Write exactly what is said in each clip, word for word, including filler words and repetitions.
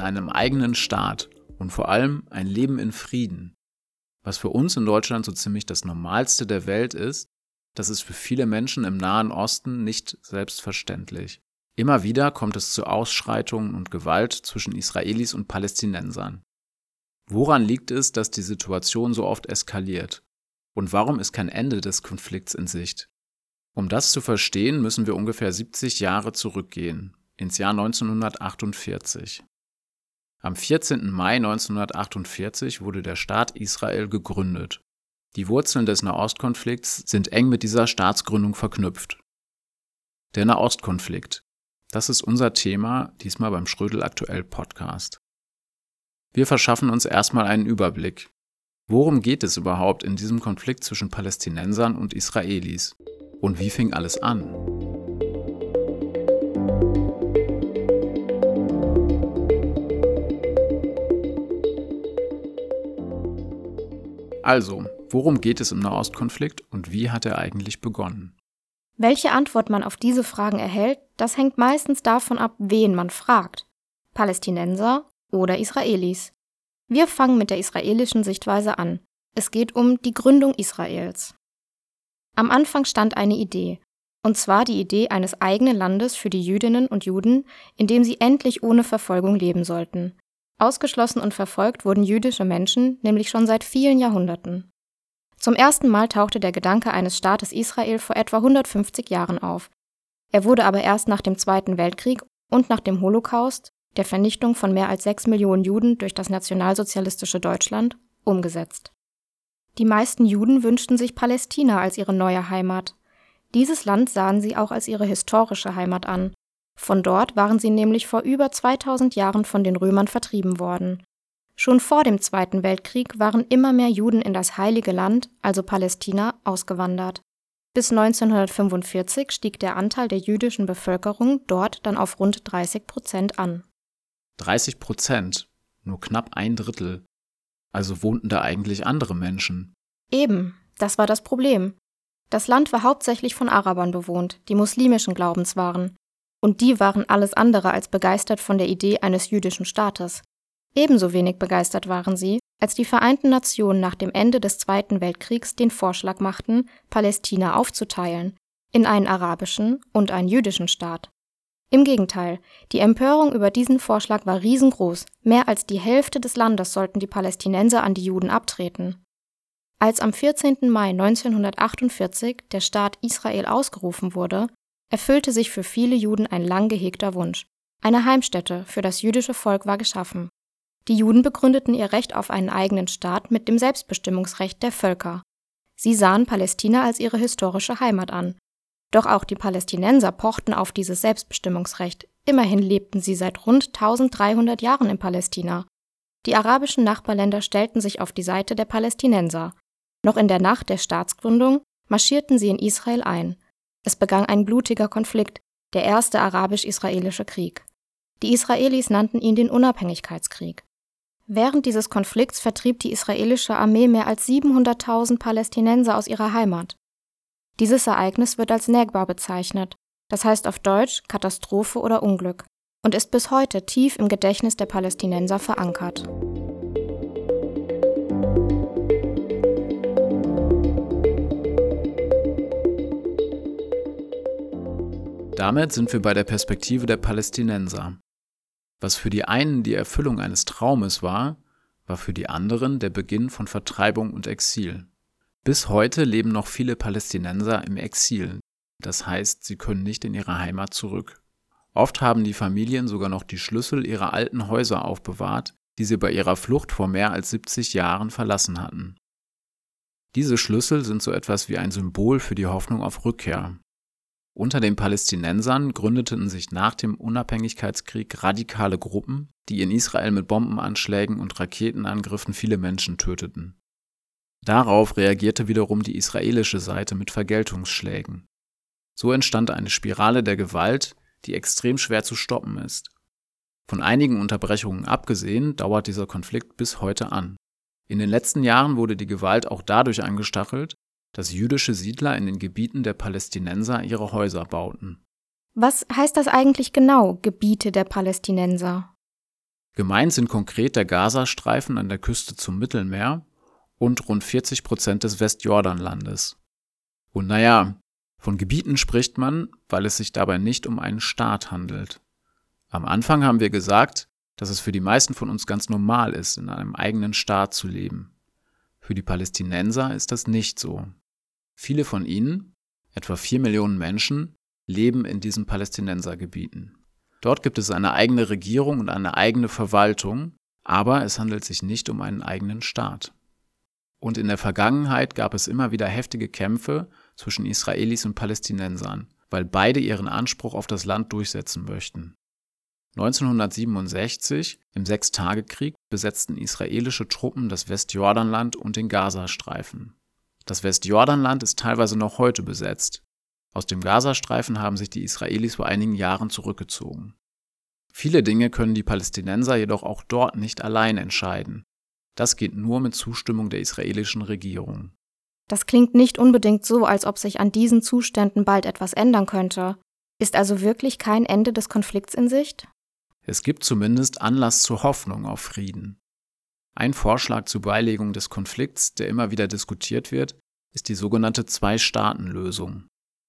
einem eigenen Staat und vor allem ein Leben in Frieden. Was für uns in Deutschland so ziemlich das Normalste der Welt ist, das ist für viele Menschen im Nahen Osten nicht selbstverständlich. Immer wieder kommt es zu Ausschreitungen und Gewalt zwischen Israelis und Palästinensern. Woran liegt es, dass die Situation so oft eskaliert? Und warum ist kein Ende des Konflikts in Sicht? Um das zu verstehen, müssen wir ungefähr siebzig Jahre zurückgehen, ins Jahr neunzehnhundertachtundvierzig. Am vierzehnten Mai neunzehnhundertachtundvierzig wurde der Staat Israel gegründet. Die Wurzeln des Nahostkonflikts sind eng mit dieser Staatsgründung verknüpft. Der Nahostkonflikt. Das ist unser Thema, diesmal beim Schrödel Aktuell Podcast. Wir verschaffen uns erstmal einen Überblick. Worum geht es überhaupt in diesem Konflikt zwischen Palästinensern und Israelis? Und wie fing alles an? Also, worum geht es im Nahostkonflikt und wie hat er eigentlich begonnen? Welche Antwort man auf diese Fragen erhält, das hängt meistens davon ab, wen man fragt. Palästinenser oder Israelis. Wir fangen mit der israelischen Sichtweise an. Es geht um die Gründung Israels. Am Anfang stand eine Idee, und zwar die Idee eines eigenen Landes für die Jüdinnen und Juden, in dem sie endlich ohne Verfolgung leben sollten. Ausgeschlossen und verfolgt wurden jüdische Menschen nämlich schon seit vielen Jahrhunderten. Zum ersten Mal tauchte der Gedanke eines Staates Israel vor etwa hundertfünfzig Jahren auf. Er wurde aber erst nach dem Zweiten Weltkrieg und nach dem Holocaust, der Vernichtung von mehr als sechs Millionen Juden durch das nationalsozialistische Deutschland, umgesetzt. Die meisten Juden wünschten sich Palästina als ihre neue Heimat. Dieses Land sahen sie auch als ihre historische Heimat an. Von dort waren sie nämlich vor über zweitausend Jahren von den Römern vertrieben worden. Schon vor dem Zweiten Weltkrieg waren immer mehr Juden in das Heilige Land, also Palästina, ausgewandert. Bis neunzehnhundertfünfundvierzig stieg der Anteil der jüdischen Bevölkerung dort dann auf rund dreißig Prozent an. dreißig Prozent? Nur knapp ein Drittel. Also wohnten da eigentlich andere Menschen? Eben, das war das Problem. Das Land war hauptsächlich von Arabern bewohnt, die muslimischen Glaubens waren. Und die waren alles andere als begeistert von der Idee eines jüdischen Staates. Ebenso wenig begeistert waren sie, als die Vereinten Nationen nach dem Ende des Zweiten Weltkriegs den Vorschlag machten, Palästina aufzuteilen in einen arabischen und einen jüdischen Staat. Im Gegenteil, die Empörung über diesen Vorschlag war riesengroß, mehr als die Hälfte des Landes sollten die Palästinenser an die Juden abtreten. Als am vierzehnten Mai neunzehnhundertachtundvierzig der Staat Israel ausgerufen wurde, erfüllte sich für viele Juden ein lang gehegter Wunsch. Eine Heimstätte für das jüdische Volk war geschaffen. Die Juden begründeten ihr Recht auf einen eigenen Staat mit dem Selbstbestimmungsrecht der Völker. Sie sahen Palästina als ihre historische Heimat an. Doch auch die Palästinenser pochten auf dieses Selbstbestimmungsrecht. Immerhin lebten sie seit rund dreizehnhundert Jahren in Palästina. Die arabischen Nachbarländer stellten sich auf die Seite der Palästinenser. Noch in der Nacht der Staatsgründung marschierten sie in Israel ein. Es begann ein blutiger Konflikt, der erste arabisch-israelische Krieg. Die Israelis nannten ihn den Unabhängigkeitskrieg. Während dieses Konflikts vertrieb die israelische Armee mehr als siebenhunderttausend Palästinenser aus ihrer Heimat. Dieses Ereignis wird als Negba bezeichnet, das heißt auf Deutsch Katastrophe oder Unglück, und ist bis heute tief im Gedächtnis der Palästinenser verankert. Damit sind wir bei der Perspektive der Palästinenser. Was für die einen die Erfüllung eines Traumes war, war für die anderen der Beginn von Vertreibung und Exil. Bis heute leben noch viele Palästinenser im Exil, das heißt, sie können nicht in ihre Heimat zurück. Oft haben die Familien sogar noch die Schlüssel ihrer alten Häuser aufbewahrt, die sie bei ihrer Flucht vor mehr als siebzig Jahren verlassen hatten. Diese Schlüssel sind so etwas wie ein Symbol für die Hoffnung auf Rückkehr. Unter den Palästinensern gründeten sich nach dem Unabhängigkeitskrieg radikale Gruppen, die in Israel mit Bombenanschlägen und Raketenangriffen viele Menschen töteten. Darauf reagierte wiederum die israelische Seite mit Vergeltungsschlägen. So entstand eine Spirale der Gewalt, die extrem schwer zu stoppen ist. Von einigen Unterbrechungen abgesehen, dauert dieser Konflikt bis heute an. In den letzten Jahren wurde die Gewalt auch dadurch angestachelt, dass jüdische Siedler in den Gebieten der Palästinenser ihre Häuser bauten. Was heißt das eigentlich genau, Gebiete der Palästinenser? Gemeint sind konkret der Gazastreifen an der Küste zum Mittelmeer und rund vierzig Prozent des Westjordanlandes. Und naja, von Gebieten spricht man, weil es sich dabei nicht um einen Staat handelt. Am Anfang haben wir gesagt, dass es für die meisten von uns ganz normal ist, in einem eigenen Staat zu leben. Für die Palästinenser ist das nicht so. Viele von ihnen, etwa vier Millionen Menschen, leben in diesen Palästinensergebieten. Dort gibt es eine eigene Regierung und eine eigene Verwaltung, aber es handelt sich nicht um einen eigenen Staat. Und in der Vergangenheit gab es immer wieder heftige Kämpfe zwischen Israelis und Palästinensern, weil beide ihren Anspruch auf das Land durchsetzen möchten. neunzehnhundertsiebenundsechzig, im Sechstagekrieg, besetzten israelische Truppen das Westjordanland und den Gazastreifen. Das Westjordanland ist teilweise noch heute besetzt. Aus dem Gazastreifen haben sich die Israelis vor einigen Jahren zurückgezogen. Viele Dinge können die Palästinenser jedoch auch dort nicht allein entscheiden. Das geht nur mit Zustimmung der israelischen Regierung. Das klingt nicht unbedingt so, als ob sich an diesen Zuständen bald etwas ändern könnte. Ist also wirklich kein Ende des Konflikts in Sicht? Es gibt zumindest Anlass zur Hoffnung auf Frieden. Ein Vorschlag zur Beilegung des Konflikts, der immer wieder diskutiert wird, ist die sogenannte Zwei-Staaten-Lösung.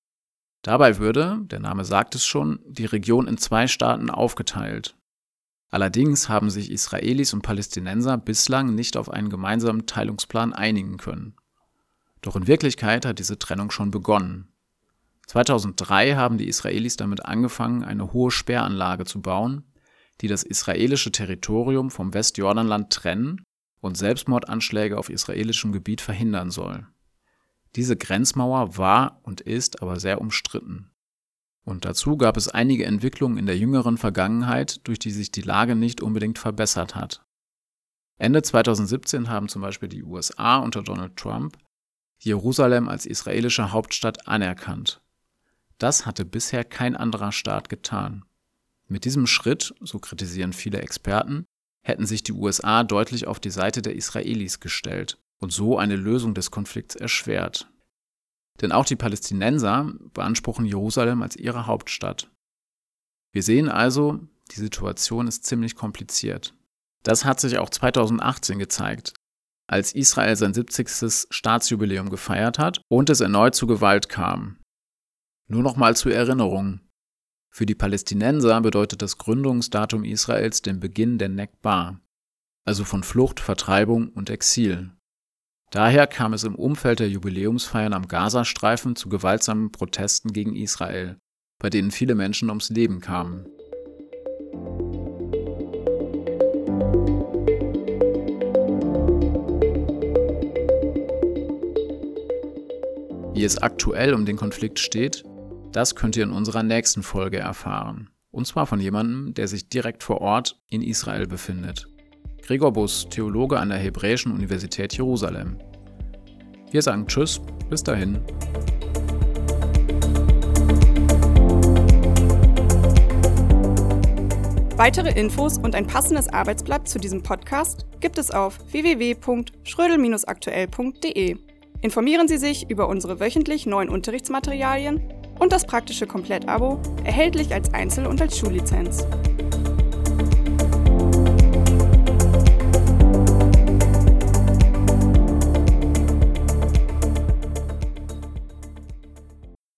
Dabei würde, der Name sagt es schon, die Region in zwei Staaten aufgeteilt. Allerdings haben sich Israelis und Palästinenser bislang nicht auf einen gemeinsamen Teilungsplan einigen können. Doch in Wirklichkeit hat diese Trennung schon begonnen. zweitausenddrei haben die Israelis damit angefangen, eine hohe Sperranlage zu bauen, die das israelische Territorium vom Westjordanland trennen und Selbstmordanschläge auf israelischem Gebiet verhindern soll. Diese Grenzmauer war und ist aber sehr umstritten. Und dazu gab es einige Entwicklungen in der jüngeren Vergangenheit, durch die sich die Lage nicht unbedingt verbessert hat. Ende zweitausendsiebzehn haben zum Beispiel die U S A unter Donald Trump Jerusalem als israelische Hauptstadt anerkannt. Das hatte bisher kein anderer Staat getan. Mit diesem Schritt, so kritisieren viele Experten, hätten sich die U S A deutlich auf die Seite der Israelis gestellt und so eine Lösung des Konflikts erschwert. Denn auch die Palästinenser beanspruchen Jerusalem als ihre Hauptstadt. Wir sehen also, die Situation ist ziemlich kompliziert. Das hat sich auch zweitausendachtzehn gezeigt, als Israel sein siebzigstes Staatsjubiläum gefeiert hat und es erneut zu Gewalt kam. Nur noch mal zur Erinnerung. Für die Palästinenser bedeutet das Gründungsdatum Israels den Beginn der Nekba, also von Flucht, Vertreibung und Exil. Daher kam es im Umfeld der Jubiläumsfeiern am Gazastreifen zu gewaltsamen Protesten gegen Israel, bei denen viele Menschen ums Leben kamen. Wie es aktuell um den Konflikt steht, das könnt ihr in unserer nächsten Folge erfahren. Und zwar von jemandem, der sich direkt vor Ort in Israel befindet. Gregor Buss, Theologe an der Hebräischen Universität Jerusalem. Wir sagen Tschüss, bis dahin. Weitere Infos und ein passendes Arbeitsblatt zu diesem Podcast gibt es auf w w w punkt schrödel Bindestrich aktuell punkt d e. Informieren Sie sich über unsere wöchentlich neuen Unterrichtsmaterialien und das praktische Komplettabo, erhältlich als Einzel- und als Schullizenz.